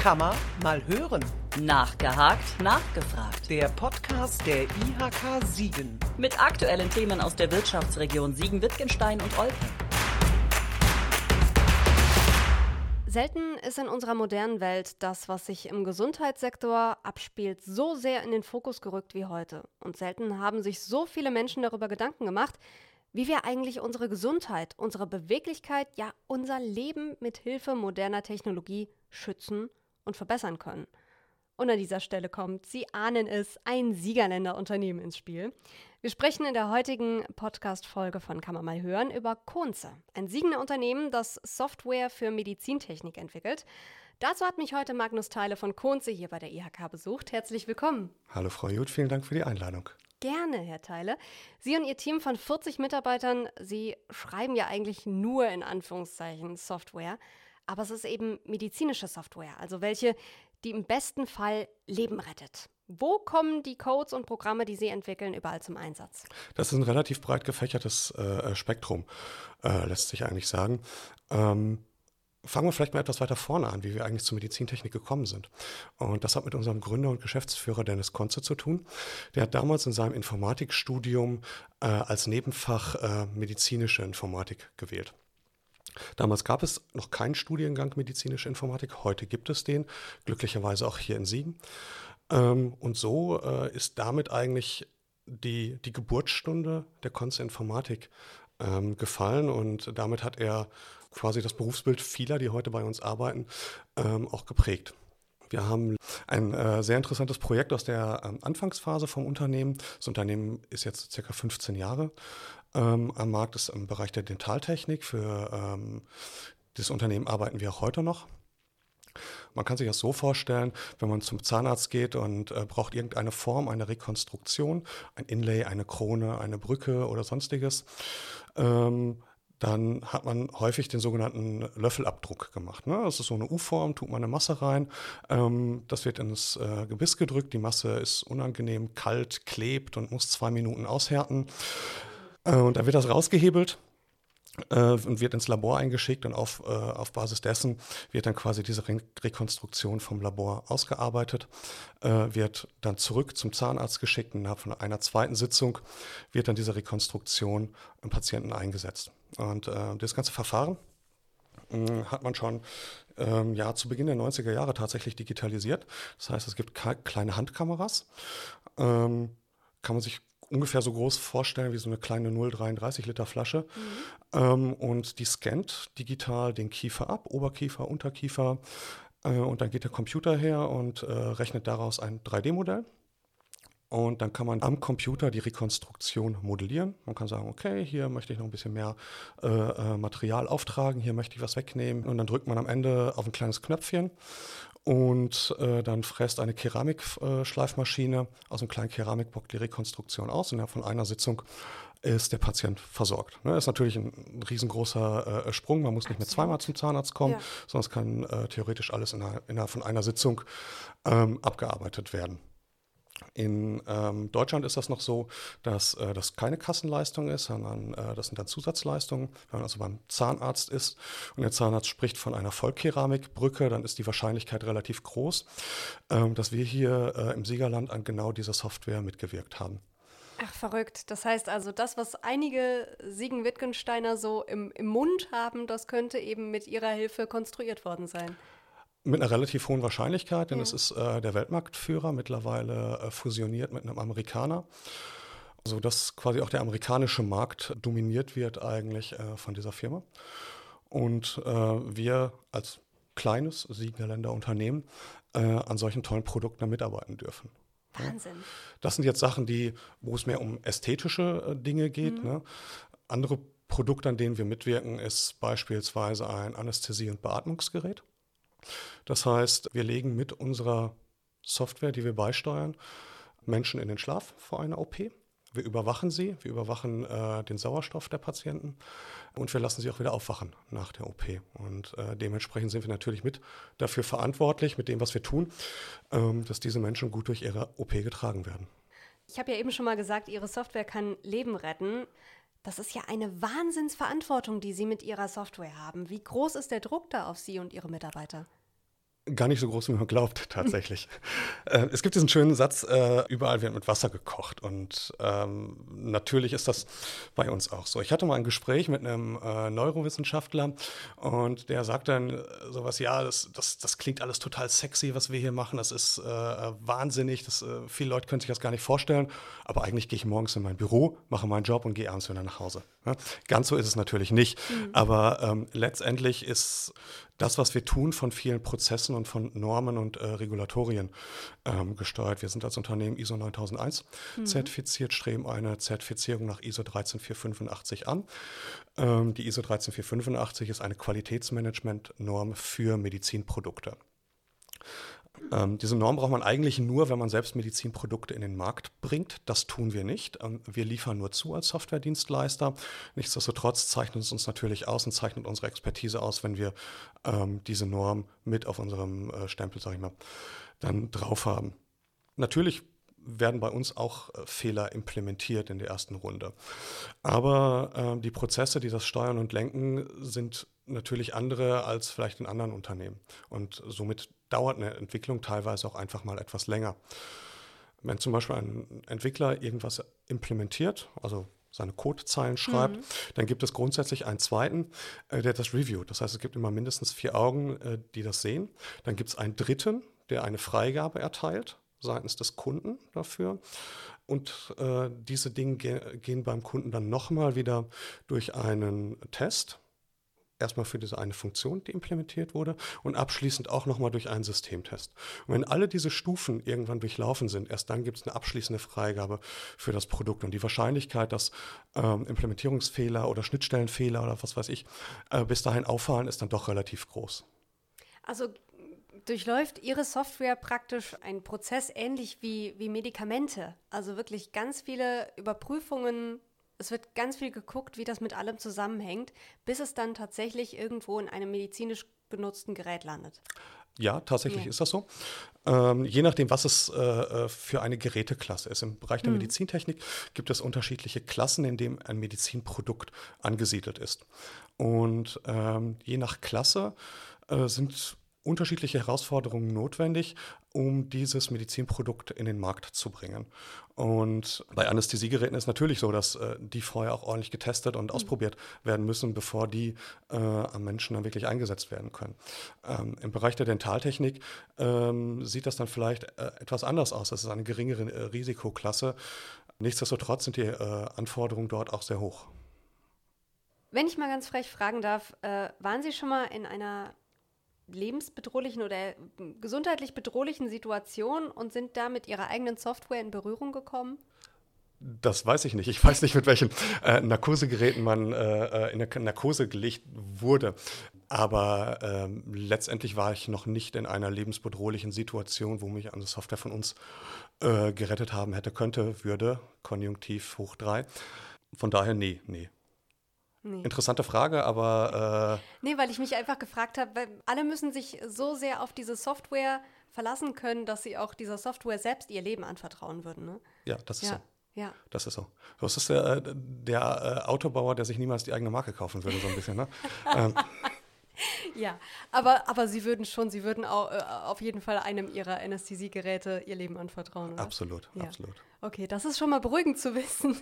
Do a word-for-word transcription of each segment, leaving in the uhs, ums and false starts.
Kann man mal hören. Nachgehakt, nachgefragt. Der Podcast der I H K Siegen. Mit aktuellen Themen aus der Wirtschaftsregion Siegen-Wittgenstein und Olpe. Selten ist in unserer modernen Welt das, was sich im Gesundheitssektor abspielt, so sehr in den Fokus gerückt wie heute. Und selten haben sich so viele Menschen darüber Gedanken gemacht, wie wir eigentlich unsere Gesundheit, unsere Beweglichkeit, ja unser Leben mit Hilfe moderner Technologie schützen und verbessern können. Und an dieser Stelle kommt, Sie ahnen es, ein Siegerländer Unternehmen ins Spiel. Wir sprechen in der heutigen Podcast-Folge von Kann man mal hören über Conze, ein Siegener Unternehmen, das Software für Medizintechnik entwickelt. Dazu hat mich heute Magnus Theile von Conze hier bei der I H K besucht. Herzlich willkommen. Hallo Frau Juth, vielen Dank für die Einladung. Gerne, Herr Theile. Sie und Ihr Team von vierzig Mitarbeitern, Sie schreiben ja eigentlich nur in Anführungszeichen Software, aber es ist eben medizinische Software, also welche, die im besten Fall Leben rettet. Wo kommen die Codes und Programme, die Sie entwickeln, überall zum Einsatz? Das ist ein relativ breit gefächertes äh, Spektrum, äh, lässt sich eigentlich sagen. Ähm, fangen wir vielleicht mal etwas weiter vorne an, wie wir eigentlich zur Medizintechnik gekommen sind. Und das hat mit unserem Gründer und Geschäftsführer Dennis Conze zu tun. Der hat damals in seinem Informatikstudium äh, als Nebenfach äh, medizinische Informatik gewählt. Damals gab es noch keinen Studiengang medizinische Informatik, heute gibt es den, glücklicherweise auch hier in Siegen. Ähm, und so äh, ist damit eigentlich die, die Geburtsstunde der Conze Informatik ähm, gefallen und damit hat er quasi das Berufsbild vieler, die heute bei uns arbeiten, ähm, auch geprägt. Wir haben ein äh, sehr interessantes Projekt aus der ähm, Anfangsphase vom Unternehmen. Das Unternehmen ist jetzt circa fünfzehn Jahre ähm, am Markt, ist im Bereich der Dentaltechnik. Für ähm, das Unternehmen arbeiten wir auch heute noch. Man kann sich das so vorstellen, wenn man zum Zahnarzt geht und äh, braucht irgendeine Form, eine Rekonstruktion, ein Inlay, eine Krone, eine Brücke oder sonstiges, ähm, dann hat man häufig den sogenannten Löffelabdruck gemacht. Ne? Das ist so eine U-Form, tut man eine Masse rein, ähm, das wird ins äh, Gebiss gedrückt, die Masse ist unangenehm kalt, klebt und muss zwei Minuten aushärten. Äh, und dann wird das rausgehebelt äh, und wird ins Labor eingeschickt und auf, äh, auf Basis dessen wird dann quasi diese Re- Rekonstruktion vom Labor ausgearbeitet, äh, wird dann zurück zum Zahnarzt geschickt und innerhalb von einer zweiten Sitzung wird dann diese Rekonstruktion im Patienten eingesetzt. Und äh, das ganze Verfahren äh, hat man schon ähm, ja, zu Beginn der neunziger Jahre tatsächlich digitalisiert. Das heißt, es gibt ke- kleine Handkameras, ähm, kann man sich ungefähr so groß vorstellen wie so eine kleine null Komma dreiunddreißig Liter Flasche. Mhm. Ähm, und die scannt digital den Kiefer ab, Oberkiefer, Unterkiefer. Äh, und dann geht der Computer her und äh, rechnet daraus ein drei D Modell. Und dann kann man am Computer die Rekonstruktion modellieren. Man kann sagen, okay, hier möchte ich noch ein bisschen mehr äh, äh, Material auftragen, hier möchte ich was wegnehmen. Und dann drückt man am Ende auf ein kleines Knöpfchen und äh, dann fräst eine Keramikschleifmaschine äh, aus einem kleinen Keramikblock die Rekonstruktion aus. Und innerhalb von einer Sitzung ist der Patient versorgt. Ne, ist natürlich ein riesengroßer äh, Sprung. Man muss nicht mehr zweimal zum Zahnarzt kommen, ja. sondern es kann äh, theoretisch alles innerhalb, innerhalb von einer Sitzung ähm, abgearbeitet werden. In ähm, Deutschland ist das noch so, dass äh, das keine Kassenleistung ist, sondern äh, das sind dann Zusatzleistungen. Wenn man also beim Zahnarzt ist und der Zahnarzt spricht von einer Vollkeramikbrücke, dann ist die Wahrscheinlichkeit relativ groß, ähm, dass wir hier äh, im Siegerland an genau dieser Software mitgewirkt haben. Ach, verrückt. Das heißt also, das, was einige Siegen-Wittgensteiner so im, im Mund haben, das könnte eben mit ihrer Hilfe konstruiert worden sein. Mit einer relativ hohen Wahrscheinlichkeit, denn ja. es ist äh, der Weltmarktführer, mittlerweile äh, fusioniert mit einem Amerikaner, sodass quasi auch der amerikanische Markt dominiert wird eigentlich äh, von dieser Firma. Und äh, wir als kleines Siegerländer Unternehmen äh, an solchen tollen Produkten mitarbeiten dürfen. Wahnsinn. Ja. Das sind jetzt Sachen, die, wo es mehr um ästhetische äh, Dinge geht. Mhm. Ne? Andere Produkte, an denen wir mitwirken, ist beispielsweise ein Anästhesie- und Beatmungsgerät. Das heißt, wir legen mit unserer Software, die wir beisteuern, Menschen in den Schlaf vor einer O P. Wir überwachen sie, wir überwachen äh, den Sauerstoff der Patienten und wir lassen sie auch wieder aufwachen nach der O P. Und äh, dementsprechend sind wir natürlich mit dafür verantwortlich, mit dem, was wir tun, ähm, dass diese Menschen gut durch ihre O P getragen werden. Ich habe ja eben schon mal gesagt, Ihre Software kann Leben retten. Das ist ja eine Wahnsinnsverantwortung, die Sie mit Ihrer Software haben. Wie groß ist der Druck da auf Sie und Ihre Mitarbeiter? Gar nicht so groß, wie man glaubt, tatsächlich. äh, es gibt diesen schönen Satz, äh, überall wird mit Wasser gekocht. Und ähm, natürlich ist das bei uns auch so. Ich hatte mal ein Gespräch mit einem äh, Neurowissenschaftler und der sagt dann äh, sowas, ja, das, das, das klingt alles total sexy, was wir hier machen. Das ist äh, wahnsinnig. Das, äh, viele Leute können sich das gar nicht vorstellen. Aber eigentlich gehe ich morgens in mein Büro, mache meinen Job und gehe abends wieder nach Hause. Ja? Ganz so ist es natürlich nicht. Mhm. Aber ähm, letztendlich ist das, was wir tun, von vielen Prozessen und von Normen und äh, Regulatorien ähm, gesteuert. Wir sind als Unternehmen I S O neuntausend eins mhm. zertifiziert, streben eine Zertifizierung nach I S O drei drei vier fünfundachtzig an. Ähm, die I S O drei drei vier fünfundachtzig ist eine Qualitätsmanagement-Norm für Medizinprodukte. Ähm, diese Norm braucht man eigentlich nur, wenn man selbst Medizinprodukte in den Markt bringt. Das tun wir nicht. Ähm, wir liefern nur zu als Softwaredienstleister. Nichtsdestotrotz zeichnet es uns natürlich aus und zeichnet unsere Expertise aus, wenn wir ähm, diese Norm mit auf unserem äh, Stempel, sag ich mal, dann drauf haben. Natürlich werden bei uns auch äh, Fehler implementiert in der ersten Runde. Aber äh, die Prozesse, die das steuern und lenken, sind natürlich andere als vielleicht in anderen Unternehmen. Und somit dauert eine Entwicklung teilweise auch einfach mal etwas länger. Wenn zum Beispiel ein Entwickler irgendwas implementiert, also seine Codezeilen schreibt, mhm. dann gibt es grundsätzlich einen zweiten, äh, der das reviewt. Das heißt, es gibt immer mindestens vier Augen, äh, die das sehen. Dann gibt es einen dritten, der eine Freigabe erteilt seitens des Kunden dafür. Und äh, diese Dinge ge- gehen beim Kunden dann nochmal wieder durch einen Test. Erstmal für diese eine Funktion, die implementiert wurde, und abschließend auch nochmal durch einen Systemtest. Und wenn alle diese Stufen irgendwann durchlaufen sind, erst dann gibt es eine abschließende Freigabe für das Produkt. Und die Wahrscheinlichkeit, dass ähm, Implementierungsfehler oder Schnittstellenfehler oder was weiß ich äh, bis dahin auffallen, ist dann doch relativ groß. Also durchläuft Ihre Software praktisch einen Prozess ähnlich wie, wie Medikamente? Also wirklich ganz viele Überprüfungen. Es wird ganz viel geguckt, wie das mit allem zusammenhängt, bis es dann tatsächlich irgendwo in einem medizinisch genutzten Gerät landet. Ja, tatsächlich Ja. ist das so. Ähm, je nachdem, was es äh, für eine Geräteklasse ist. Im Bereich der mhm. Medizintechnik gibt es unterschiedliche Klassen, in denen ein Medizinprodukt angesiedelt ist. Und ähm, je nach Klasse äh, sind unterschiedliche Herausforderungen notwendig, um dieses Medizinprodukt in den Markt zu bringen. Und bei Anästhesiegeräten ist natürlich so, dass äh, die vorher auch ordentlich getestet und mhm. ausprobiert werden müssen, bevor die äh, am Menschen dann wirklich eingesetzt werden können. Ähm, Im Bereich der Dentaltechnik ähm, sieht das dann vielleicht äh, etwas anders aus. Das ist eine geringere äh, Risikoklasse. Nichtsdestotrotz sind die äh, Anforderungen dort auch sehr hoch. Wenn ich mal ganz frech fragen darf, äh, waren Sie schon mal in einer lebensbedrohlichen oder gesundheitlich bedrohlichen Situation und sind da mit Ihrer eigenen Software in Berührung gekommen? Das weiß ich nicht. Ich weiß nicht, mit welchen äh, Narkosegeräten man äh, in der Narkose gelegt wurde. Aber ähm, letztendlich war ich noch nicht in einer lebensbedrohlichen Situation, wo mich eine Software von uns äh, gerettet haben hätte, könnte, würde. Konjunktiv hoch drei. Von daher, nee, nee. Nee. Interessante Frage, aber... Äh nee, weil ich mich einfach gefragt habe, weil alle müssen sich so sehr auf diese Software verlassen können, dass sie auch dieser Software selbst ihr Leben anvertrauen würden. Ne? Ja, das ist ja. so. Ja. Das ist so. Das ist der, der äh, Autobauer, der sich niemals die eigene Marke kaufen würde, so ein bisschen. Ne? ähm. Ja, aber, aber Sie würden schon, Sie würden auch, äh, auf jeden Fall einem Ihrer Anästhesiegeräte Ihr Leben anvertrauen, oder? Absolut, ja. absolut. Okay, das ist schon mal beruhigend zu wissen.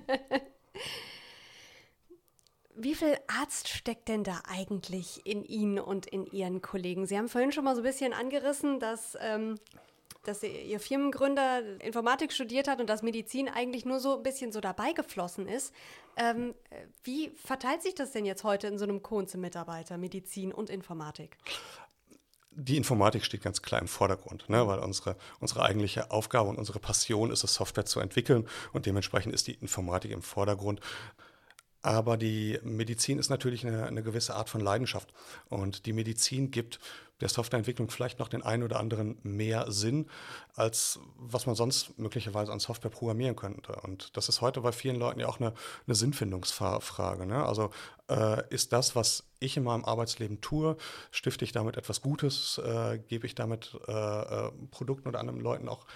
Wie viel Arzt steckt denn da eigentlich in Ihnen und in Ihren Kollegen? Sie haben vorhin schon mal so ein bisschen angerissen, dass, ähm, dass Ihr Firmengründer Informatik studiert hat und dass Medizin eigentlich nur so ein bisschen so dabei geflossen ist. Ähm, wie verteilt sich das denn jetzt heute in so einem Konze-Mitarbeiter, Medizin und Informatik? Die Informatik steht ganz klar im Vordergrund, ne, weil unsere, unsere eigentliche Aufgabe und unsere Passion ist es, Software zu entwickeln, und dementsprechend ist die Informatik im Vordergrund. Aber die Medizin ist natürlich eine, eine gewisse Art von Leidenschaft. Und die Medizin gibt der Softwareentwicklung vielleicht noch den einen oder anderen mehr Sinn, als was man sonst möglicherweise an Software programmieren könnte. Und das ist heute bei vielen Leuten ja auch eine, eine Sinnfindungsfrage. Ne? Also äh, ist das, was ich in meinem Arbeitsleben tue, stifte ich damit etwas Gutes, äh, gebe ich damit äh, äh, Produkten oder anderen Leuten auch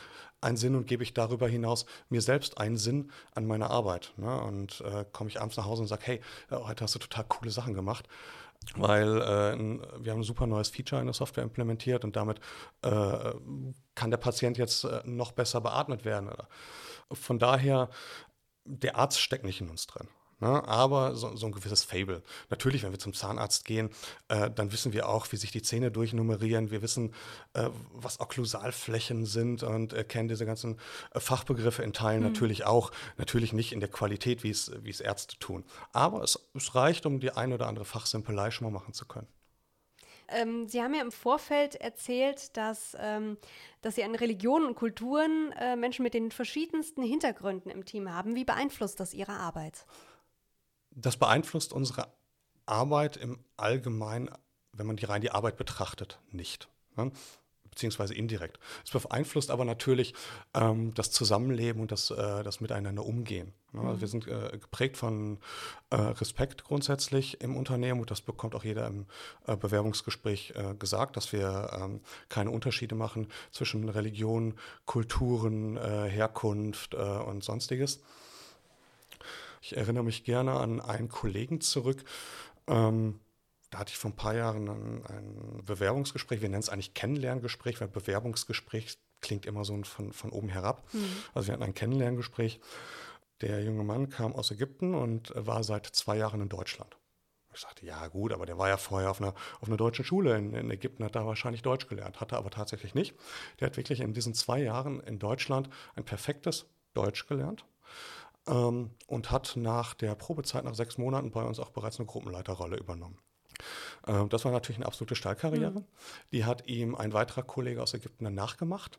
einen Sinn und gebe ich darüber hinaus mir selbst einen Sinn an meiner Arbeit. Ne? Und äh, komme ich abends nach Hause und sage, hey, heute hast du total coole Sachen gemacht. Weil äh, ein, wir haben ein super neues Feature in der Software implementiert und damit äh, kann der Patient jetzt äh, noch besser beatmet werden. Von daher, der Arzt steckt nicht in uns drin. Ne? Aber so, so ein gewisses Fable. Natürlich, wenn wir zum Zahnarzt gehen, äh, dann wissen wir auch, wie sich die Zähne durchnummerieren. Wir wissen, äh, was Okklusalflächen sind und äh, kennen diese ganzen äh, Fachbegriffe in Teilen mhm. natürlich auch. Natürlich nicht in der Qualität, wie es, wie es Ärzte tun. Aber es, es reicht, um die ein oder andere Fachsimpelei schon mal machen zu können. Ähm, Sie haben ja im Vorfeld erzählt, dass, ähm, dass Sie an Religionen und Kulturen äh, Menschen mit den verschiedensten Hintergründen im Team haben. Wie beeinflusst das Ihre Arbeit? Das beeinflusst unsere Arbeit im Allgemeinen, wenn man die rein die Arbeit betrachtet, nicht. Ne? Beziehungsweise indirekt. Es beeinflusst aber natürlich ähm, das Zusammenleben und das, äh, das Miteinander umgehen. Ne? Mhm. Also wir sind äh, geprägt von äh, Respekt grundsätzlich im Unternehmen und das bekommt auch jeder im äh, Bewerbungsgespräch äh, gesagt, dass wir ähm, keine Unterschiede machen zwischen Religion, Kulturen, äh, Herkunft äh, und Sonstiges. Ich erinnere mich gerne an einen Kollegen zurück. Ähm, da hatte ich vor ein paar Jahren ein, ein Bewerbungsgespräch. Wir nennen es eigentlich Kennenlerngespräch, weil Bewerbungsgespräch klingt immer so von, von oben herab. Mhm. Also wir hatten ein Kennenlerngespräch. Der junge Mann kam aus Ägypten und war seit zwei Jahren in Deutschland. Ich sagte, ja gut, aber der war ja vorher auf einer, auf einer deutschen Schule in, in Ägypten, hat da wahrscheinlich Deutsch gelernt, hatte aber tatsächlich nicht. Der hat wirklich in diesen zwei Jahren in Deutschland ein perfektes Deutsch gelernt. Ähm, und hat nach der Probezeit, nach sechs Monaten bei uns auch bereits eine Gruppenleiterrolle übernommen. Ähm, das war natürlich eine absolute Steilkarriere. Mhm. Die hat ihm ein weiterer Kollege aus Ägypten dann nachgemacht.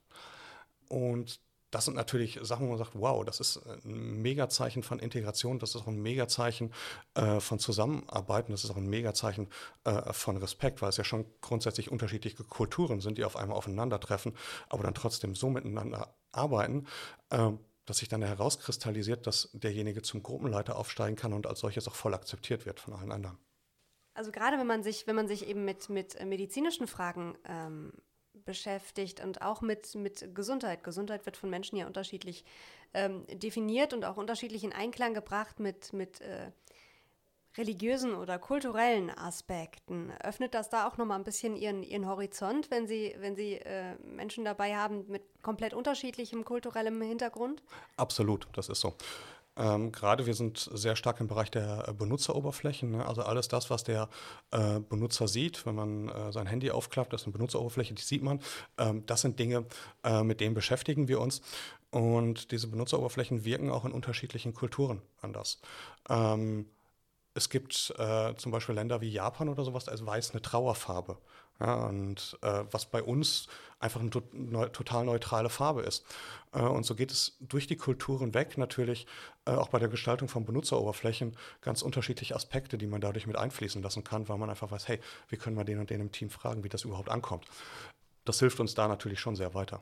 Und das sind natürlich Sachen, wo man sagt, wow, das ist ein Megazeichen von Integration, das ist auch ein Megazeichen äh, von Zusammenarbeit und das ist auch ein Megazeichen äh, von Respekt, weil es ja schon grundsätzlich unterschiedliche Kulturen sind, die auf einmal aufeinandertreffen, aber dann trotzdem so miteinander arbeiten, äh, dass sich dann herauskristallisiert, dass derjenige zum Gruppenleiter aufsteigen kann und als solches auch voll akzeptiert wird von allen anderen. Also gerade wenn man sich, wenn man sich eben mit, mit medizinischen Fragen ähm, beschäftigt und auch mit, mit Gesundheit. Gesundheit wird von Menschen ja unterschiedlich ähm, definiert und auch unterschiedlich in Einklang gebracht mit, mit äh, religiösen oder kulturellen Aspekten. Öffnet das da auch nochmal ein bisschen Ihren, Ihren Horizont, wenn Sie, wenn Sie äh, Menschen dabei haben mit komplett unterschiedlichem kulturellem Hintergrund? Absolut, das ist so. Ähm, gerade wir sind sehr stark im Bereich der äh, Benutzeroberflächen, ne? Also alles das, was der äh, Benutzer sieht, wenn man äh, sein Handy aufklappt, das ist eine Benutzeroberfläche, die sieht man. Ähm, das sind Dinge, äh, mit denen beschäftigen wir uns. Und diese Benutzeroberflächen wirken auch in unterschiedlichen Kulturen anders. Ähm, Es gibt äh, zum Beispiel Länder wie Japan oder sowas, da ist weiß eine Trauerfarbe. Ja, und äh, was bei uns einfach eine to- neu, total neutrale Farbe ist. Äh, und so geht es durch die Kulturen weg, natürlich äh, auch bei der Gestaltung von Benutzeroberflächen ganz unterschiedliche Aspekte, die man dadurch mit einfließen lassen kann, weil man einfach weiß, hey, wie können wir den und den im Team fragen, wie das überhaupt ankommt. Das hilft uns da natürlich schon sehr weiter.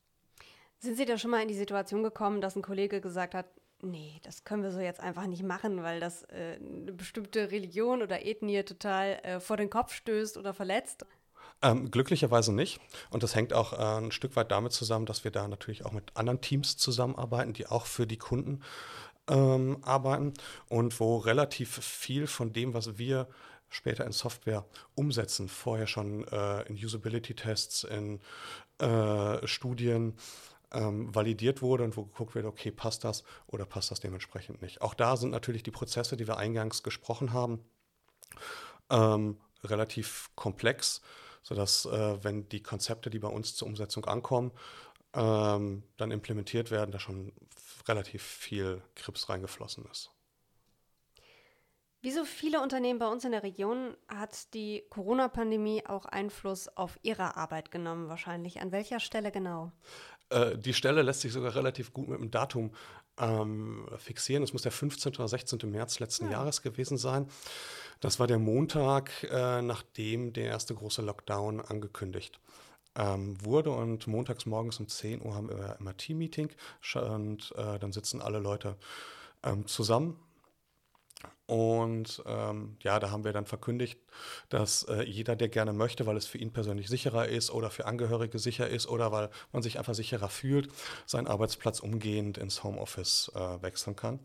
Sind Sie da schon mal in die Situation gekommen, dass ein Kollege gesagt hat, nee, das können wir so jetzt einfach nicht machen, weil das äh, eine bestimmte Religion oder Ethnie total äh, vor den Kopf stößt oder verletzt? Ähm, glücklicherweise nicht. Und das hängt auch äh, ein Stück weit damit zusammen, dass wir da natürlich auch mit anderen Teams zusammenarbeiten, die auch für die Kunden ähm, arbeiten und wo relativ viel von dem, was wir später in Software umsetzen, vorher schon äh, in Usability-Tests, in äh, Studien ähm, validiert wurde und wo geguckt wird, okay, passt das oder passt das dementsprechend nicht. Auch da sind natürlich die Prozesse, die wir eingangs gesprochen haben, ähm, relativ komplex, sodass, äh, wenn die Konzepte, die bei uns zur Umsetzung ankommen, ähm, dann implementiert werden, da schon f- relativ viel Grips reingeflossen ist. Wie so viele Unternehmen bei uns in der Region hat die Corona-Pandemie auch Einfluss auf Ihre Arbeit genommen wahrscheinlich. An welcher Stelle genau? Äh, die Stelle lässt sich sogar relativ gut mit dem Datum ähm, fixieren. Es muss der fünfzehnten oder sechzehnten März letzten ja. Jahres gewesen sein. Das war der Montag, äh, nachdem der erste große Lockdown angekündigt ähm, wurde. Und montags morgens um zehn Uhr haben wir immer Team-Meeting und äh, dann sitzen alle Leute ähm, zusammen. Und ähm, ja, da haben wir dann verkündigt, dass äh, jeder, der gerne möchte, weil es für ihn persönlich sicherer ist oder für Angehörige sicher ist oder weil man sich einfach sicherer fühlt, seinen Arbeitsplatz umgehend ins Homeoffice äh, wechseln kann.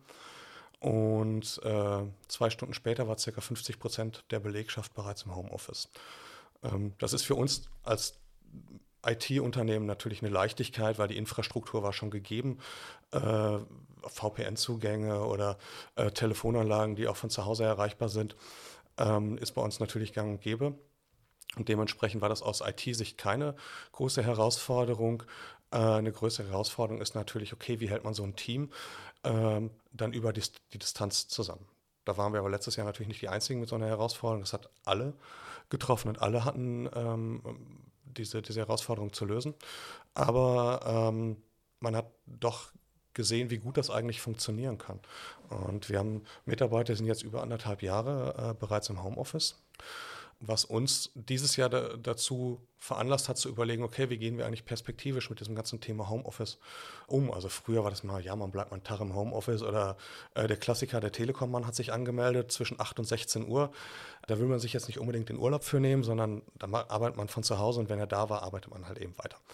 Und äh, zwei Stunden später war ca. fünfzig Prozent der Belegschaft bereits im Homeoffice. Ähm, das ist für uns als I T-Unternehmen natürlich eine Leichtigkeit, weil die Infrastruktur war schon gegeben. Äh, V P N-Zugänge oder äh, Telefonanlagen, die auch von zu Hause erreichbar sind, ähm, ist bei uns natürlich gang und gäbe. Und dementsprechend war das aus I T-Sicht keine große Herausforderung. Äh, eine größere Herausforderung ist natürlich, okay, wie hält man so ein Team ähm, dann über die, die Distanz zusammen? Da waren wir aber letztes Jahr natürlich nicht die Einzigen mit so einer Herausforderung. Das hat alle getroffen und alle hatten ähm, diese, diese Herausforderung zu lösen. Aber ähm, man hat doch gesehen, wie gut das eigentlich funktionieren kann. Und wir haben Mitarbeiter, die sind jetzt über anderthalb Jahre äh, bereits im Homeoffice, was uns dieses Jahr da, dazu veranlasst hat zu überlegen, okay, wie gehen wir eigentlich perspektivisch mit diesem ganzen Thema Homeoffice um? Also früher war das mal, ja, man bleibt mal einen Tag im Homeoffice oder äh, der Klassiker, der Telekom-Mann hat sich angemeldet zwischen acht und sechzehn Uhr. Da will man sich jetzt nicht unbedingt den Urlaub für nehmen, sondern da arbeitet man von zu Hause und wenn er da war, arbeitet man halt eben weiter.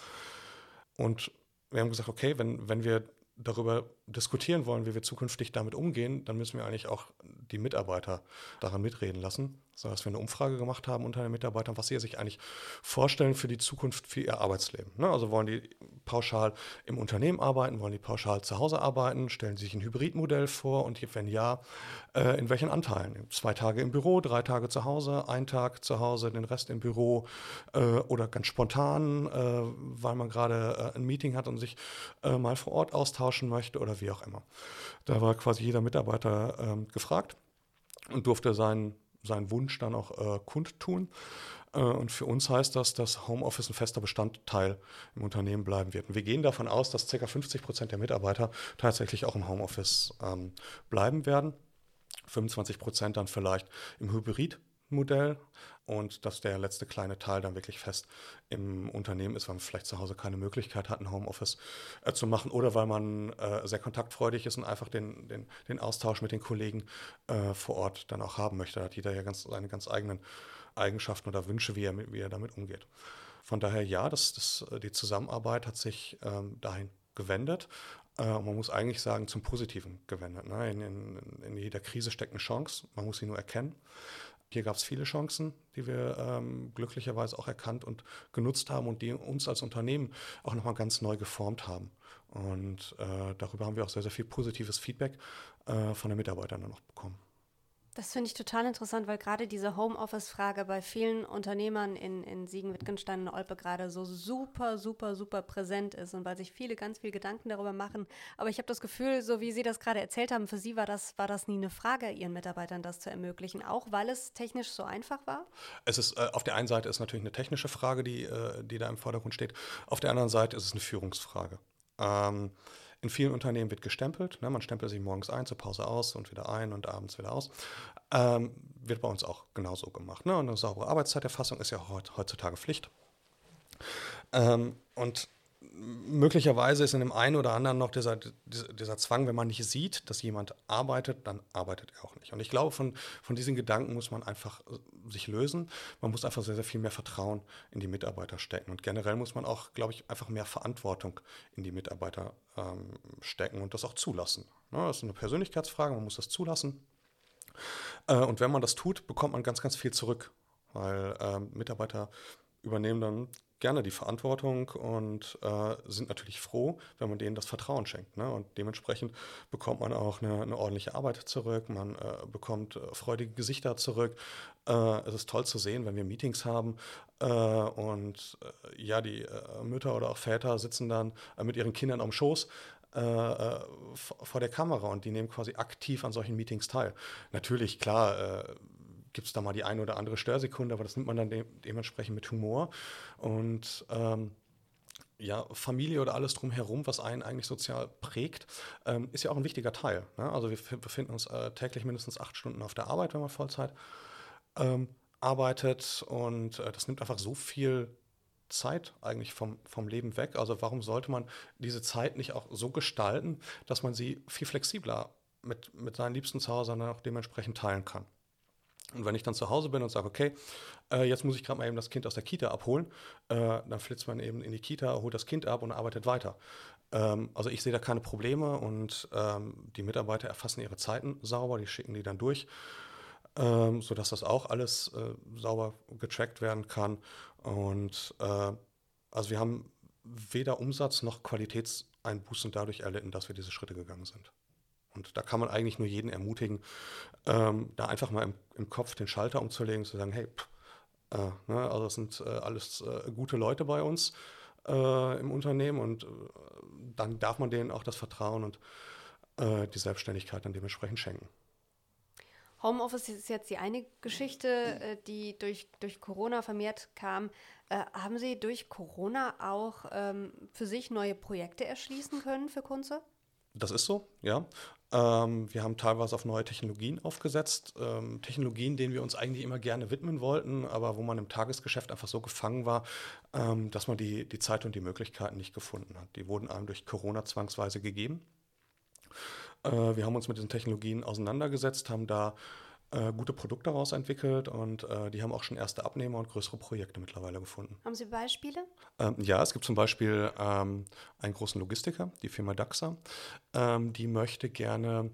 Und wir haben gesagt, okay, wenn, wenn wir darüber diskutieren wollen, wie wir zukünftig damit umgehen, dann müssen wir eigentlich auch die Mitarbeiter daran mitreden lassen, sodass wir eine Umfrage gemacht haben unter den Mitarbeitern, was sie sich eigentlich vorstellen für die Zukunft, für ihr Arbeitsleben. Ne? Also wollen die pauschal im Unternehmen arbeiten, wollen die pauschal zu Hause arbeiten, stellen sie sich ein Hybridmodell vor und wenn ja, äh, in welchen Anteilen? Zwei Tage im Büro, drei Tage zu Hause, ein Tag zu Hause, den Rest im Büro äh, oder ganz spontan, äh, weil man gerade äh, ein Meeting hat und sich äh, mal vor Ort austauschen möchte oder wie auch immer. Da war quasi jeder Mitarbeiter ähm, gefragt und durfte seinen, seinen Wunsch dann auch äh, kundtun. Äh, und für uns heißt das, dass Homeoffice ein fester Bestandteil im Unternehmen bleiben wird. Und wir gehen davon aus, dass ca. fünfzig Prozent der Mitarbeiter tatsächlich auch im Homeoffice ähm, bleiben werden. fünfundzwanzig Prozent dann vielleicht im Hybridmodell und dass der letzte kleine Teil dann wirklich fest im Unternehmen ist, weil man vielleicht zu Hause keine Möglichkeit hat, ein Homeoffice äh, zu machen oder weil man äh, sehr kontaktfreudig ist und einfach den, den, den Austausch mit den Kollegen äh, vor Ort dann auch haben möchte. Da hat jeder ja ganz, seine ganz eigenen Eigenschaften oder Wünsche, wie er, mit, wie er damit umgeht. Von daher ja, das, das, die Zusammenarbeit hat sich ähm, dahin gewendet. Äh, man muss eigentlich sagen, zum Positiven gewendet. Ne? In, in, in jeder Krise steckt eine Chance, man muss sie nur erkennen. Hier gab es viele Chancen, die wir ähm, glücklicherweise auch erkannt und genutzt haben und die uns als Unternehmen auch nochmal ganz neu geformt haben. Und äh, darüber haben wir auch sehr, sehr viel positives Feedback äh, von den Mitarbeitern dann noch bekommen. Das finde ich total interessant, weil gerade diese Homeoffice-Frage bei vielen Unternehmern in, in Siegen, Wittgenstein und Olpe gerade so super, super, super präsent ist und weil sich viele ganz viel Gedanken darüber machen. Aber ich habe das Gefühl, so wie Sie das gerade erzählt haben, für Sie war das, war das nie eine Frage, Ihren Mitarbeitern das zu ermöglichen, auch weil es technisch so einfach war? Es ist, äh, auf der einen Seite ist natürlich eine technische Frage, die, äh, die da im Vordergrund steht. Auf der anderen Seite ist es eine Führungsfrage. Ähm, In vielen Unternehmen wird gestempelt. Ne? Man stempelt sich morgens ein, zur Pause aus und wieder ein und abends wieder aus. Ähm, wird bei uns auch genauso gemacht. Ne? Und eine saubere Arbeitszeiterfassung ist ja heutzutage Pflicht. Ähm, und möglicherweise ist in dem einen oder anderen noch dieser, dieser Zwang, wenn man nicht sieht, dass jemand arbeitet, dann arbeitet er auch nicht. Und ich glaube, von, von diesen Gedanken muss man einfach sich lösen. Man muss einfach sehr, sehr viel mehr Vertrauen in die Mitarbeiter stecken. Und generell muss man auch, glaube ich, einfach mehr Verantwortung in die Mitarbeiter ähm, stecken und das auch zulassen. Ja, das ist eine Persönlichkeitsfrage, man muss das zulassen. Äh, und wenn man das tut, bekommt man ganz, ganz viel zurück. Weil ähm, Mitarbeiter übernehmen dann gerne die Verantwortung und äh, sind natürlich froh, wenn man denen das Vertrauen schenkt. Ne? Und dementsprechend bekommt man auch eine, eine ordentliche Arbeit zurück, man äh, bekommt äh, freudige Gesichter zurück. Äh, es ist toll zu sehen, wenn wir Meetings haben äh, und äh, ja, die äh, Mütter oder auch Väter sitzen dann äh, mit ihren Kindern am Schoß äh, äh, vor der Kamera und die nehmen quasi aktiv an solchen Meetings teil. Natürlich, klar, äh, gibt es da mal die eine oder andere Störsekunde, aber das nimmt man dann de- dementsprechend mit Humor. Und ähm, ja, Familie oder alles drumherum, was einen eigentlich sozial prägt, ähm, ist ja auch ein wichtiger Teil. Ne? Also wir f- befinden uns äh, täglich mindestens acht Stunden auf der Arbeit, wenn man Vollzeit ähm, arbeitet. Und äh, das nimmt einfach so viel Zeit eigentlich vom, vom Leben weg. Also warum sollte man diese Zeit nicht auch so gestalten, dass man sie viel flexibler mit, mit seinen Liebsten zu Hause dann auch dementsprechend teilen kann. Und wenn ich dann zu Hause bin und sage, okay, äh, jetzt muss ich gerade mal eben das Kind aus der Kita abholen, äh, dann flitzt man eben in die Kita, holt das Kind ab und arbeitet weiter. Ähm, also ich sehe da keine Probleme und ähm, die Mitarbeiter erfassen ihre Zeiten sauber, die schicken die dann durch, ähm, sodass das auch alles äh, sauber getrackt werden kann. Und äh, also wir haben weder Umsatz noch Qualitätseinbußen dadurch erlitten, dass wir diese Schritte gegangen sind. Und da kann man eigentlich nur jeden ermutigen, ähm, da einfach mal im, im Kopf den Schalter umzulegen, zu sagen, hey, pff, äh, ne, also das sind äh, alles äh, gute Leute bei uns äh, im Unternehmen und äh, dann darf man denen auch das Vertrauen und äh, die Selbstständigkeit dann dementsprechend schenken. Homeoffice ist jetzt die eine Geschichte, äh, die durch, durch Corona vermehrt kam. Äh, haben Sie durch Corona auch ähm, für sich neue Projekte erschließen können für Kunze? Das ist so, ja. Ähm, wir haben teilweise auf neue Technologien aufgesetzt. Ähm, Technologien, denen wir uns eigentlich immer gerne widmen wollten, aber wo man im Tagesgeschäft einfach so gefangen war, ähm, dass man die, die Zeit und die Möglichkeiten nicht gefunden hat. Die wurden einem durch Corona zwangsweise gegeben. Äh, wir haben uns mit diesen Technologien auseinandergesetzt, haben da äh, gute Produkte daraus entwickelt und äh, die haben auch schon erste Abnehmer und größere Projekte mittlerweile gefunden. Haben Sie Beispiele? Ähm, ja, es gibt zum Beispiel ähm, einen großen Logistiker, die Firma DAXA, ähm, die möchte gerne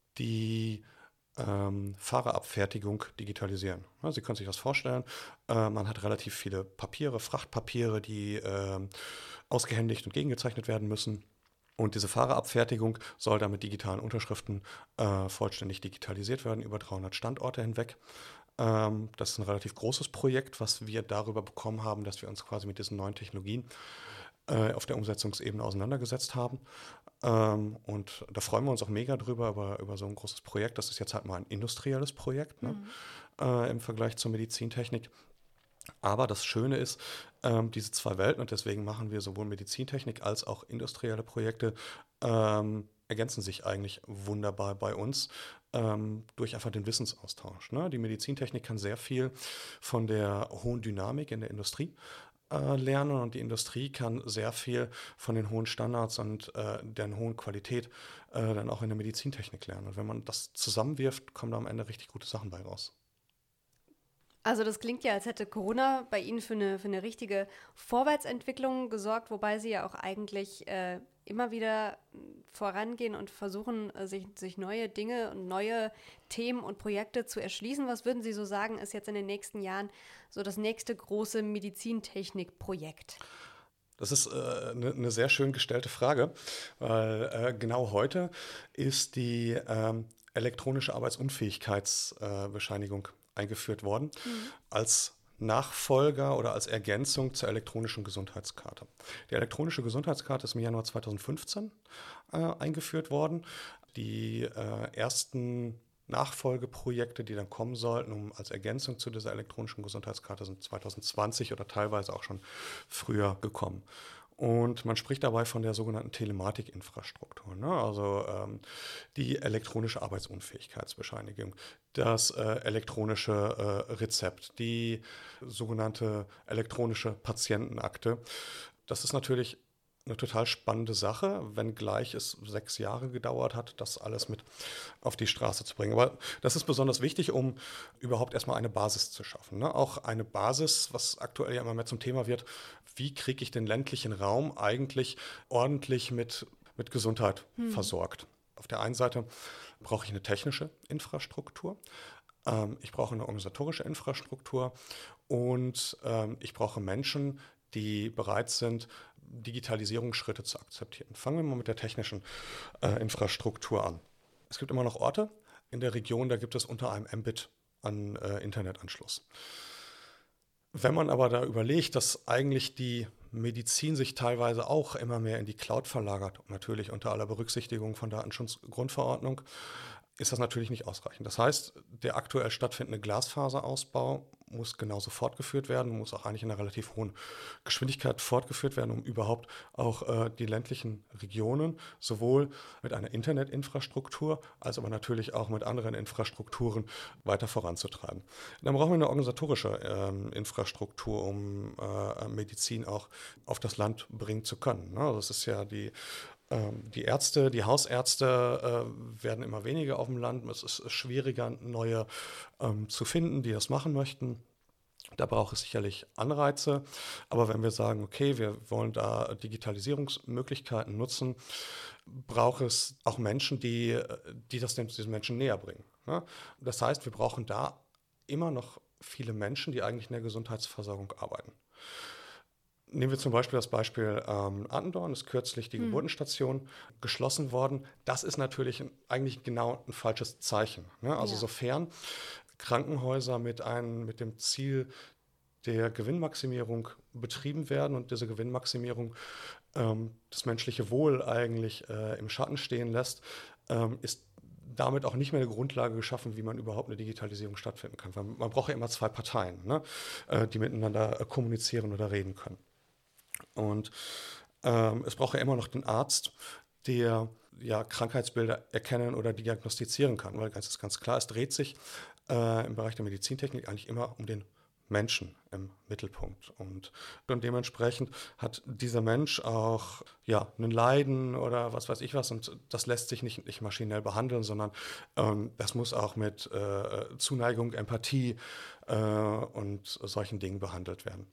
die ähm, Fahrerabfertigung digitalisieren. Ja, Sie können sich das vorstellen, äh, man hat relativ viele Papiere, Frachtpapiere, die äh, ausgehändigt und gegengezeichnet werden müssen. Und diese Fahrerabfertigung soll dann mit digitalen Unterschriften äh, vollständig digitalisiert werden, über dreihundert Standorte hinweg. Ähm, das ist ein relativ großes Projekt, was wir darüber bekommen haben, dass wir uns quasi mit diesen neuen Technologien äh, auf der Umsetzungsebene auseinandergesetzt haben. Ähm, und da freuen wir uns auch mega drüber, über, über so ein großes Projekt. Das ist jetzt halt mal ein industrielles Projekt, ne? Mhm. äh, im Vergleich zur Medizintechnik. Aber das Schöne ist, ähm, diese zwei Welten, und deswegen machen wir sowohl Medizintechnik als auch industrielle Projekte, ähm, ergänzen sich eigentlich wunderbar bei uns ähm, durch einfach den Wissensaustausch. Ne? Die Medizintechnik kann sehr viel von der hohen Dynamik in der Industrie äh, lernen und die Industrie kann sehr viel von den hohen Standards und äh, der hohen Qualität äh, dann auch in der Medizintechnik lernen. Und wenn man das zusammenwirft, kommen da am Ende richtig gute Sachen bei raus. Also das klingt ja, als hätte Corona bei Ihnen für eine, für eine richtige Vorwärtsentwicklung gesorgt, wobei Sie ja auch eigentlich äh, immer wieder vorangehen und versuchen, sich, sich neue Dinge und neue Themen und Projekte zu erschließen. Was würden Sie so sagen, ist jetzt in den nächsten Jahren so das nächste große Medizintechnik-Projekt? Das ist eine äh, ne sehr schön gestellte Frage, weil äh, genau heute ist die ähm, elektronische Arbeitsunfähigkeitsbescheinigung äh, eingeführt worden, mhm. als Nachfolger oder als Ergänzung zur elektronischen Gesundheitskarte. Die elektronische Gesundheitskarte ist im Januar zweitausendfünfzehn äh, eingeführt worden. Die äh, ersten Nachfolgeprojekte, die dann kommen sollten, um als Ergänzung zu dieser elektronischen Gesundheitskarte, sind zweitausendzwanzig oder teilweise auch schon früher gekommen. Und man spricht dabei von der sogenannten Telematikinfrastruktur, ne? Also ähm, die elektronische Arbeitsunfähigkeitsbescheinigung, das äh, elektronische äh, Rezept, die sogenannte elektronische Patientenakte. Das ist natürlich eine total spannende Sache, wenngleich es sechs Jahre gedauert hat, das alles mit auf die Straße zu bringen. Aber das ist besonders wichtig, um überhaupt erstmal eine Basis zu schaffen, ne? Auch eine Basis, was aktuell ja immer mehr zum Thema wird, wie kriege ich den ländlichen Raum eigentlich ordentlich mit, mit Gesundheit hm. versorgt. Auf der einen Seite brauche ich eine technische Infrastruktur, ähm, ich brauche eine organisatorische Infrastruktur und ähm, ich brauche Menschen, die bereit sind, Digitalisierungsschritte zu akzeptieren. Fangen wir mal mit der technischen äh, Infrastruktur an. Es gibt immer noch Orte in der Region, da gibt es unter einem Mbit an äh, Internetanschluss. Wenn man aber da überlegt, dass eigentlich die Medizin sich teilweise auch immer mehr in die Cloud verlagert, und natürlich unter aller Berücksichtigung von Datenschutzgrundverordnung, ist das natürlich nicht ausreichend. Das heißt, der aktuell stattfindende Glasfaserausbau muss genauso fortgeführt werden, muss auch eigentlich in einer relativ hohen Geschwindigkeit fortgeführt werden, um überhaupt auch äh, die ländlichen Regionen sowohl mit einer Internetinfrastruktur als aber natürlich auch mit anderen Infrastrukturen weiter voranzutreiben. Dann brauchen wir eine organisatorische ähm, Infrastruktur, um äh, Medizin auch auf das Land bringen zu können. Ne? Das ist ja die Ähm, die Ärzte, die Hausärzte äh, werden immer weniger auf dem Land. Es ist schwieriger, neue ähm, zu finden, die das machen möchten. Da braucht es sicherlich Anreize. Aber wenn wir sagen, okay, wir wollen da Digitalisierungsmöglichkeiten nutzen, braucht es auch Menschen, die, die das diesen Menschen näher bringen. Ne? Das heißt, wir brauchen da immer noch viele Menschen, die eigentlich in der Gesundheitsversorgung arbeiten. Nehmen wir zum Beispiel das Beispiel ähm, Attendorn, ist kürzlich die hm. Geburtenstation geschlossen worden. Das ist natürlich ein, eigentlich genau ein falsches Zeichen. Ne? Also ja. sofern Krankenhäuser mit, einem, mit dem Ziel der Gewinnmaximierung betrieben werden und diese Gewinnmaximierung ähm, das menschliche Wohl eigentlich äh, im Schatten stehen lässt, ähm, ist damit auch nicht mehr eine Grundlage geschaffen, wie man überhaupt eine Digitalisierung stattfinden kann. Weil man braucht ja immer zwei Parteien, ne, äh, die miteinander äh, kommunizieren oder reden können. Und ähm, es braucht ja immer noch den Arzt, der ja Krankheitsbilder erkennen oder diagnostizieren kann. Weil ganz ist ganz klar, es dreht sich äh, im Bereich der Medizintechnik eigentlich immer um den Menschen im Mittelpunkt. Und, und dementsprechend hat dieser Mensch auch ja, ein Leiden oder was weiß ich was. Und das lässt sich nicht, nicht maschinell behandeln, sondern ähm, das muss auch mit äh, Zuneigung, Empathie äh, und solchen Dingen behandelt werden.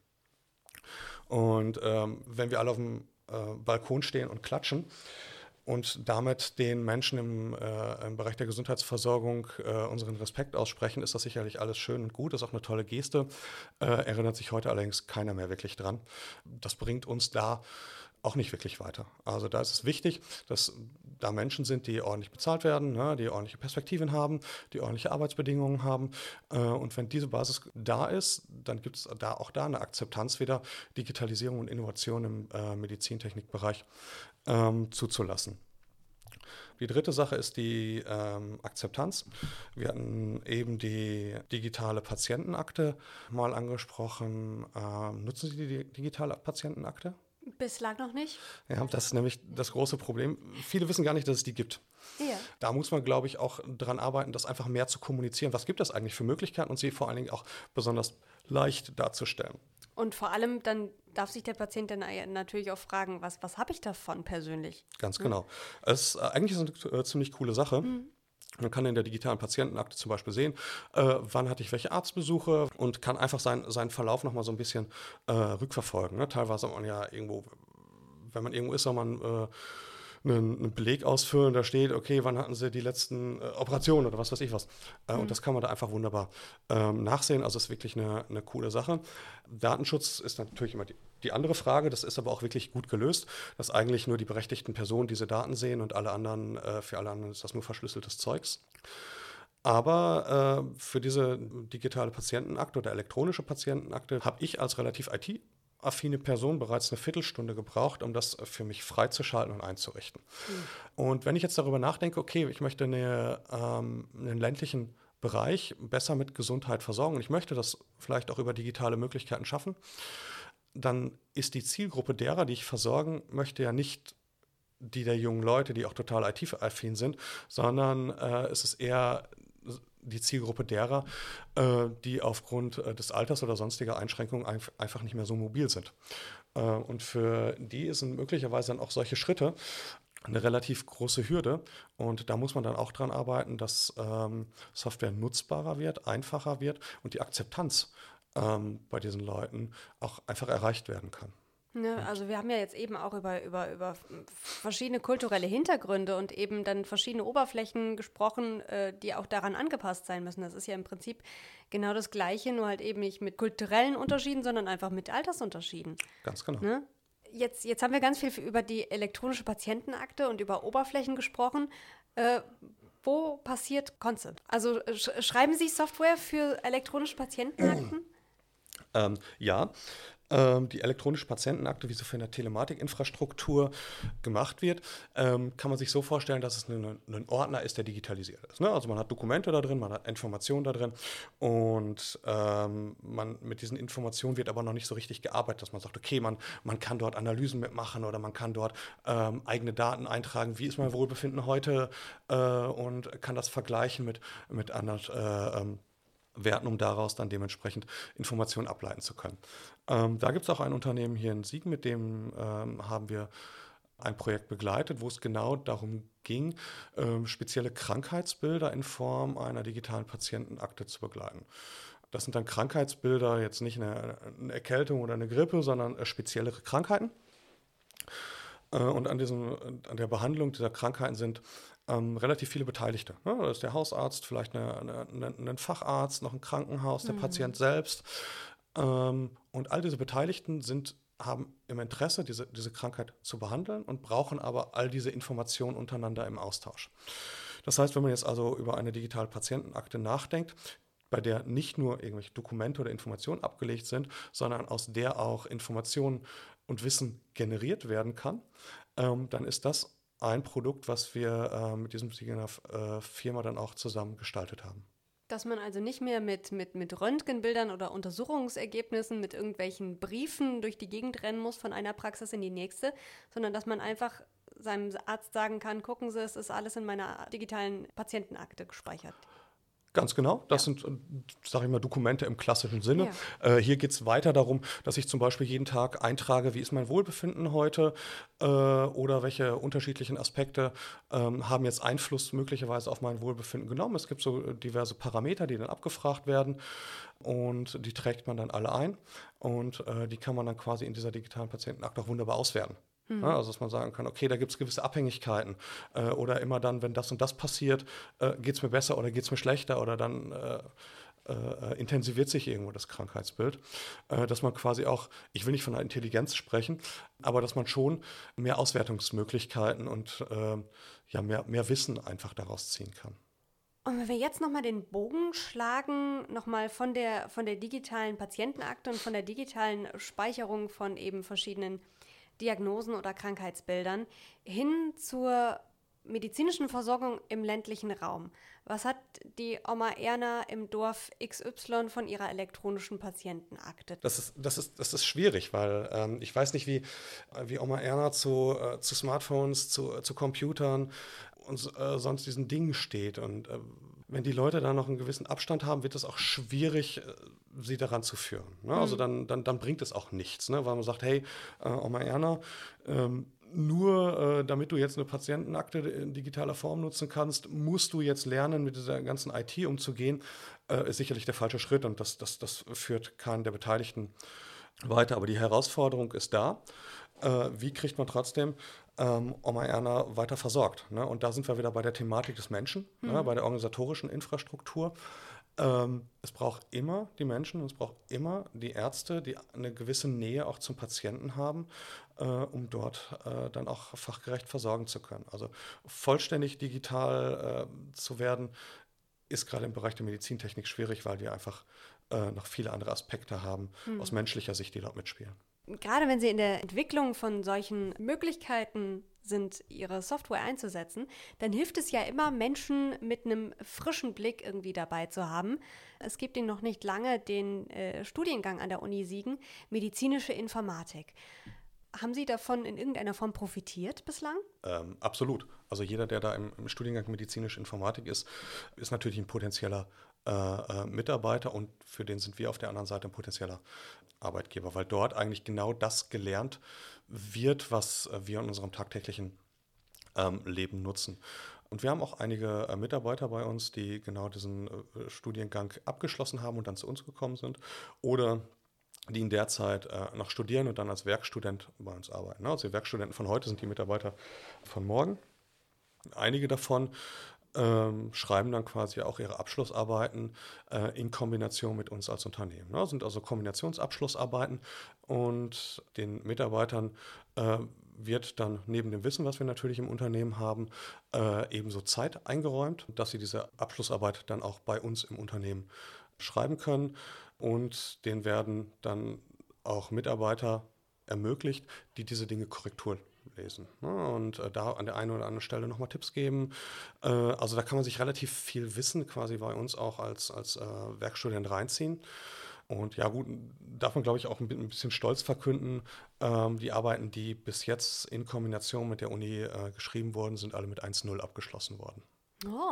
Und ähm, wenn wir alle auf dem äh, Balkon stehen und klatschen, und damit den Menschen im, äh, im Bereich der Gesundheitsversorgung äh, unseren Respekt aussprechen, ist das sicherlich alles schön und gut, ist auch eine tolle Geste. Äh, erinnert sich heute allerdings keiner mehr wirklich dran. Das bringt uns da auch nicht wirklich weiter. Also da ist es wichtig, dass da Menschen sind, die ordentlich bezahlt werden, ne, die ordentliche Perspektiven haben, die ordentliche Arbeitsbedingungen haben. Äh, und wenn diese Basis da ist, dann gibt es da auch da eine Akzeptanz wieder, Digitalisierung und Innovation im äh, Medizintechnikbereich ähm, zuzulassen. Die dritte Sache ist die ähm, Akzeptanz. Wir hatten eben die digitale Patientenakte mal angesprochen. Ähm, nutzen Sie die digitale Patientenakte? Bislang noch nicht. Ja, das ist nämlich das große Problem. Viele wissen gar nicht, dass es die gibt. Ja. Da muss man, glaube ich, auch daran arbeiten, das einfach mehr zu kommunizieren. Was gibt es eigentlich für Möglichkeiten und sie vor allen Dingen auch besonders leicht darzustellen. Und vor allem dann darf sich der Patient dann natürlich auch fragen, was, was habe ich davon persönlich? Ganz hm? genau. Es, äh, eigentlich ist es eine äh, ziemlich coole Sache. Hm. Man kann in der digitalen Patientenakte zum Beispiel sehen, äh, wann hatte ich welche Arztbesuche und kann einfach sein, seinen Verlauf nochmal so ein bisschen äh, rückverfolgen. Ne? Teilweise man ja irgendwo, wenn man irgendwo ist, soll man äh, einen, einen Beleg ausfüllen, da steht, okay, wann hatten Sie die letzten äh, Operationen oder was weiß ich was. Äh, mhm. Und das kann man da einfach wunderbar ähm, nachsehen. Also ist wirklich eine, eine coole Sache. Datenschutz ist natürlich immer die, die andere Frage. Das ist aber auch wirklich gut gelöst, dass eigentlich nur die berechtigten Personen diese Daten sehen und alle anderen, äh, für alle anderen ist das nur verschlüsseltes Zeugs. Aber äh, für diese digitale Patientenakte oder elektronische Patientenakte habe ich als relativ I T affine Person bereits eine Viertelstunde gebraucht, um das für mich freizuschalten und einzurichten. Mhm. Und wenn ich jetzt darüber nachdenke, okay, ich möchte eine, ähm, einen ländlichen Bereich besser mit Gesundheit versorgen und ich möchte das vielleicht auch über digitale Möglichkeiten schaffen, dann ist die Zielgruppe derer, die ich versorgen möchte, ja nicht die der jungen Leute, die auch total I T-affin sind, sondern äh, es ist eher die Zielgruppe derer, äh, die aufgrund äh, des Alters oder sonstiger Einschränkungen ein, einfach nicht mehr so mobil sind. Äh, und für die sind möglicherweise dann auch solche Schritte eine relativ große Hürde. Und da muss man dann auch dran arbeiten, dass ähm, Software nutzbarer wird, einfacher wird und die Akzeptanz ähm, bei diesen Leuten auch einfach erreicht werden kann. Ne, also wir haben ja jetzt eben auch über, über, über verschiedene kulturelle Hintergründe und eben dann verschiedene Oberflächen gesprochen, äh, die auch daran angepasst sein müssen. Das ist ja im Prinzip genau das Gleiche, nur halt eben nicht mit kulturellen Unterschieden, sondern einfach mit Altersunterschieden. Ganz genau. Ne? Jetzt, jetzt haben wir ganz viel über die elektronische Patientenakte und über Oberflächen gesprochen. Äh, wo passiert Concept? Also sch- schreiben Sie Software für elektronische Patientenakten? ähm, ja. Die elektronische Patientenakte, wie sie für eine Telematikinfrastruktur gemacht wird, ähm, kann man sich so vorstellen, dass es ein, ein Ordner ist, der digitalisiert ist. Ne? Also man hat Dokumente da drin, man hat Informationen da drin und ähm, man, mit diesen Informationen wird aber noch nicht so richtig gearbeitet, dass man sagt, okay, man, man kann dort Analysen mitmachen oder man kann dort ähm, eigene Daten eintragen, wie ist mein Wohlbefinden heute äh, und kann das vergleichen mit, mit anderen äh, ähm, Werten, um daraus dann dementsprechend Informationen ableiten zu können. Ähm, da gibt es auch ein Unternehmen hier in Siegen, mit dem ähm, haben wir ein Projekt begleitet, wo es genau darum ging, äh, spezielle Krankheitsbilder in Form einer digitalen Patientenakte zu begleiten. Das sind dann Krankheitsbilder, jetzt nicht eine, eine Erkältung oder eine Grippe, sondern äh, speziellere Krankheiten. Äh, und an, diesem, an der Behandlung dieser Krankheiten sind ähm, relativ viele Beteiligte. Ne? Da ist der Hausarzt, vielleicht eine, eine, eine, ein Facharzt, noch ein Krankenhaus, der mhm. Patient selbst. Ähm, und all diese Beteiligten sind, haben im Interesse, diese, diese Krankheit zu behandeln und brauchen aber all diese Informationen untereinander im Austausch. Das heißt, wenn man jetzt also über eine digitale Patientenakte nachdenkt, bei der nicht nur irgendwelche Dokumente oder Informationen abgelegt sind, sondern aus der auch Informationen und Wissen generiert werden kann, ähm, dann ist das ein Produkt, was wir äh, mit diesem äh, Firma dann auch zusammen gestaltet haben. Dass man also nicht mehr mit, mit, mit Röntgenbildern oder Untersuchungsergebnissen, mit irgendwelchen Briefen durch die Gegend rennen muss von einer Praxis in die nächste, sondern dass man einfach seinem Arzt sagen kann, gucken Sie, es ist alles in meiner digitalen Patientenakte gespeichert. Ganz genau, das ja. sind, sage ich mal, Dokumente im klassischen Sinne. Ja. Äh, hier geht es weiter darum, dass ich zum Beispiel jeden Tag eintrage, wie ist mein Wohlbefinden heute äh, oder welche unterschiedlichen Aspekte ähm, haben jetzt Einfluss möglicherweise auf mein Wohlbefinden genommen. Es gibt so diverse Parameter, die dann abgefragt werden und die trägt man dann alle ein und äh, die kann man dann quasi in dieser digitalen Patientenakte auch wunderbar auswerten. Ja, also dass man sagen kann, okay, da gibt es gewisse Abhängigkeiten äh, oder immer dann, wenn das und das passiert, äh, geht es mir besser oder geht es mir schlechter oder dann äh, äh, intensiviert sich irgendwo das Krankheitsbild, äh, dass man quasi auch, ich will nicht von einer Intelligenz sprechen, aber dass man schon mehr Auswertungsmöglichkeiten und äh, ja, mehr, mehr Wissen einfach daraus ziehen kann. Und wenn wir jetzt nochmal den Bogen schlagen, nochmal von der, von der digitalen Patientenakte und von der digitalen Speicherung von eben verschiedenen Diagnosen oder Krankheitsbildern hin zur medizinischen Versorgung im ländlichen Raum. Was hat die Oma Erna im Dorf X Y von ihrer elektronischen Patientenakte? Das ist, das ist, das ist schwierig, weil ähm, ich weiß nicht, wie, wie Oma Erna zu, äh, zu Smartphones, zu, zu Computern und äh, sonst diesen Dingen steht. Und äh, wenn die Leute da noch einen gewissen Abstand haben, wird es auch schwierig, äh, sie daran zu führen. Ne? Mhm. Also dann, dann, dann bringt es auch nichts, ne? Weil man sagt, hey, äh, Oma Erna, ähm, nur äh, damit du jetzt eine Patientenakte in digitaler Form nutzen kannst, musst du jetzt lernen, mit dieser ganzen I T umzugehen, äh, ist sicherlich der falsche Schritt und das, das, das führt keinen der Beteiligten weiter. Aber die Herausforderung ist da. Äh, wie kriegt man trotzdem ähm, Oma Erna weiter versorgt? Ne? Und da sind wir wieder bei der Thematik des Menschen, mhm. ne? Bei der organisatorischen Infrastruktur. Ähm, es braucht immer die Menschen und es braucht immer die Ärzte, die eine gewisse Nähe auch zum Patienten haben, äh, um dort äh, dann auch fachgerecht versorgen zu können. Also vollständig digital äh, zu werden, ist gerade im Bereich der Medizintechnik schwierig, weil wir einfach äh, noch viele andere Aspekte haben, hm. aus menschlicher Sicht, die dort mitspielen. Gerade wenn Sie in der Entwicklung von solchen Möglichkeiten sind, Ihre Software einzusetzen, dann hilft es ja immer, Menschen mit einem frischen Blick irgendwie dabei zu haben. Es gibt Ihnen noch nicht lange den äh, Studiengang an der Uni Siegen, medizinische Informatik. Haben Sie davon in irgendeiner Form profitiert bislang? Ähm, absolut. Also jeder, der da im, im Studiengang medizinische Informatik ist, ist natürlich ein potenzieller äh, äh, Mitarbeiter und für den sind wir auf der anderen Seite ein potenzieller Arbeitgeber, weil dort eigentlich genau das gelernt wird, was äh, wir in unserem tagtäglichen ähm, Leben nutzen. Und wir haben auch einige äh, Mitarbeiter bei uns, die genau diesen äh, Studiengang abgeschlossen haben und dann zu uns gekommen sind oder die in der Zeit äh, noch studieren und dann als Werkstudent bei uns arbeiten. Also die Werkstudenten von heute sind die Mitarbeiter von morgen. Einige davon ähm, schreiben dann quasi auch ihre Abschlussarbeiten äh, in Kombination mit uns als Unternehmen. Das sind also Kombinationsabschlussarbeiten und den Mitarbeitern äh, wird dann neben dem Wissen, was wir natürlich im Unternehmen haben, äh, ebenso Zeit eingeräumt, dass sie diese Abschlussarbeit dann auch bei uns im Unternehmen schreiben können. Und denen werden dann auch Mitarbeiter ermöglicht, die diese Dinge Korrektur lesen. Und äh, da an der einen oder anderen Stelle nochmal Tipps geben. Äh, also da kann man sich relativ viel Wissen quasi bei uns auch als, als äh, Werkstudent reinziehen. Und ja gut, darf man glaube ich auch ein bisschen stolz verkünden, ähm, die Arbeiten, die bis jetzt in Kombination mit der Uni äh, geschrieben wurden, sind alle mit eins null abgeschlossen worden. Oh.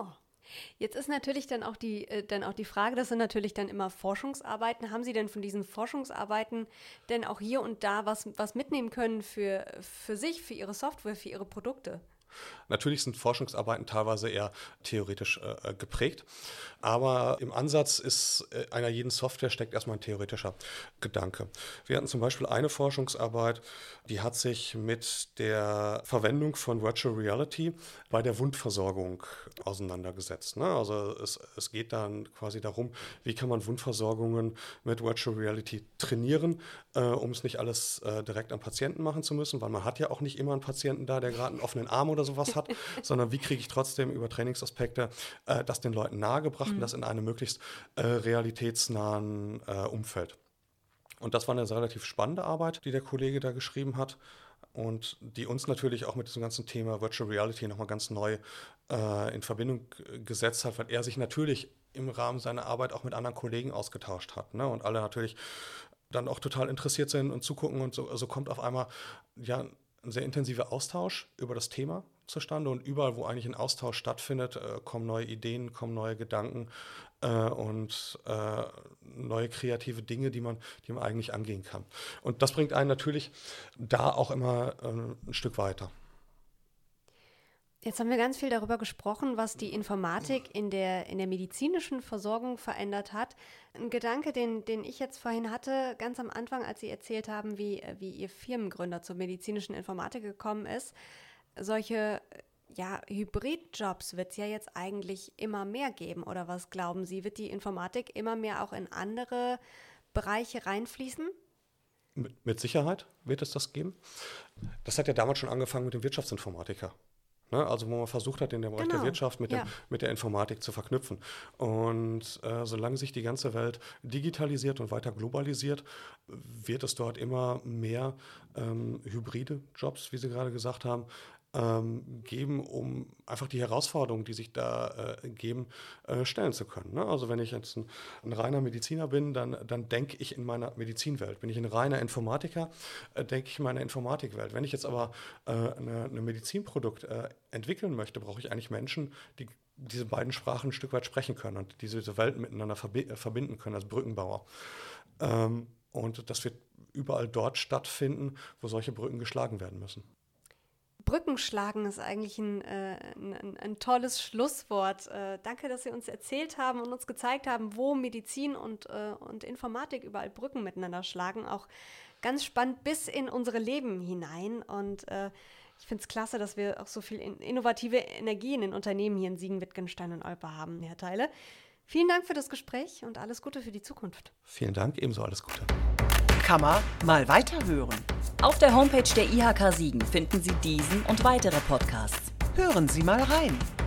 Jetzt ist natürlich dann auch die, äh, dann auch die Frage, das sind natürlich dann immer Forschungsarbeiten. Haben Sie denn von diesen Forschungsarbeiten denn auch hier und da was, was mitnehmen können für, für sich, für Ihre Software, für Ihre Produkte? Natürlich sind Forschungsarbeiten teilweise eher theoretisch äh, geprägt, aber im Ansatz ist äh, einer jeden Software steckt erstmal ein theoretischer Gedanke. Wir hatten zum Beispiel eine Forschungsarbeit, die hat sich mit der Verwendung von Virtual Reality bei der Wundversorgung auseinandergesetzt. Ne? Also es, es geht dann quasi darum, wie kann man Wundversorgungen mit Virtual Reality trainieren, äh, um es nicht alles äh, direkt am Patienten machen zu müssen, weil man hat ja auch nicht immer einen Patienten da, der gerade einen offenen Arm oder sowas hat, sondern wie kriege ich trotzdem über Trainingsaspekte äh, das den Leuten nahegebracht mhm. und das in einem möglichst äh, realitätsnahen äh, Umfeld. Und das war eine relativ spannende Arbeit, die der Kollege da geschrieben hat und die uns natürlich auch mit diesem ganzen Thema Virtual Reality nochmal ganz neu äh, in Verbindung gesetzt hat, weil er sich natürlich im Rahmen seiner Arbeit auch mit anderen Kollegen ausgetauscht hat, ne? Und alle natürlich dann auch total interessiert sind und zugucken und so also kommt auf einmal ja ein sehr intensiver Austausch über das Thema zustande und überall, wo eigentlich ein Austausch stattfindet, äh, kommen neue Ideen, kommen neue Gedanken äh, und äh, neue kreative Dinge, die man, die man eigentlich angehen kann. Und das bringt einen natürlich da auch immer äh, ein Stück weiter. Jetzt haben wir ganz viel darüber gesprochen, was die Informatik in der, in der medizinischen Versorgung verändert hat. Ein Gedanke, den, den ich jetzt vorhin hatte, ganz am Anfang, als Sie erzählt haben, wie, wie Ihr Firmengründer zur medizinischen Informatik gekommen ist. Solche ja, Hybridjobs wird es ja jetzt eigentlich immer mehr geben. Oder was glauben Sie? Wird die Informatik immer mehr auch in andere Bereiche reinfließen? Mit, mit Sicherheit wird es das geben. Das hat ja damals schon angefangen mit dem Wirtschaftsinformatiker. Ne, also wo man versucht hat, in der Bereich genau. der Wirtschaft mit, ja. dem, mit der Informatik zu verknüpfen. Und äh, solange sich die ganze Welt digitalisiert und weiter globalisiert, wird es dort immer mehr ähm, hybride Jobs, wie Sie gerade gesagt haben, ähm, geben, um einfach die Herausforderungen, die sich da äh, geben, äh, stellen zu können. Ne? Also wenn ich jetzt ein, ein reiner Mediziner bin, dann, dann denke ich in meiner Medizinwelt. Bin ich ein reiner Informatiker, äh, denke ich in meiner Informatikwelt. Wenn ich jetzt aber äh, eine, eine Medizinprodukt äh, entwickeln möchte, brauche ich eigentlich Menschen, die diese beiden Sprachen ein Stück weit sprechen können und diese Welten miteinander verbi- verbinden können als Brückenbauer. Ähm, und das wird überall dort stattfinden, wo solche Brücken geschlagen werden müssen. Brücken schlagen ist eigentlich ein, äh, ein, ein tolles Schlusswort. Äh, danke, dass Sie uns erzählt haben und uns gezeigt haben, wo Medizin und, äh, und Informatik überall Brücken miteinander schlagen. Auch ganz spannend bis in unsere Leben hinein. Und äh, ich finde es klasse, dass wir auch so viel in, innovative Energie in den Unternehmen hier in Siegen, Wittgenstein und Olpe haben, Herr Theile. Vielen Dank für das Gespräch und alles Gute für die Zukunft. Vielen Dank, ebenso alles Gute. Kann man mal weiterhören. Auf der Homepage der I H K Siegen finden Sie diesen und weitere Podcasts. Hören Sie mal rein.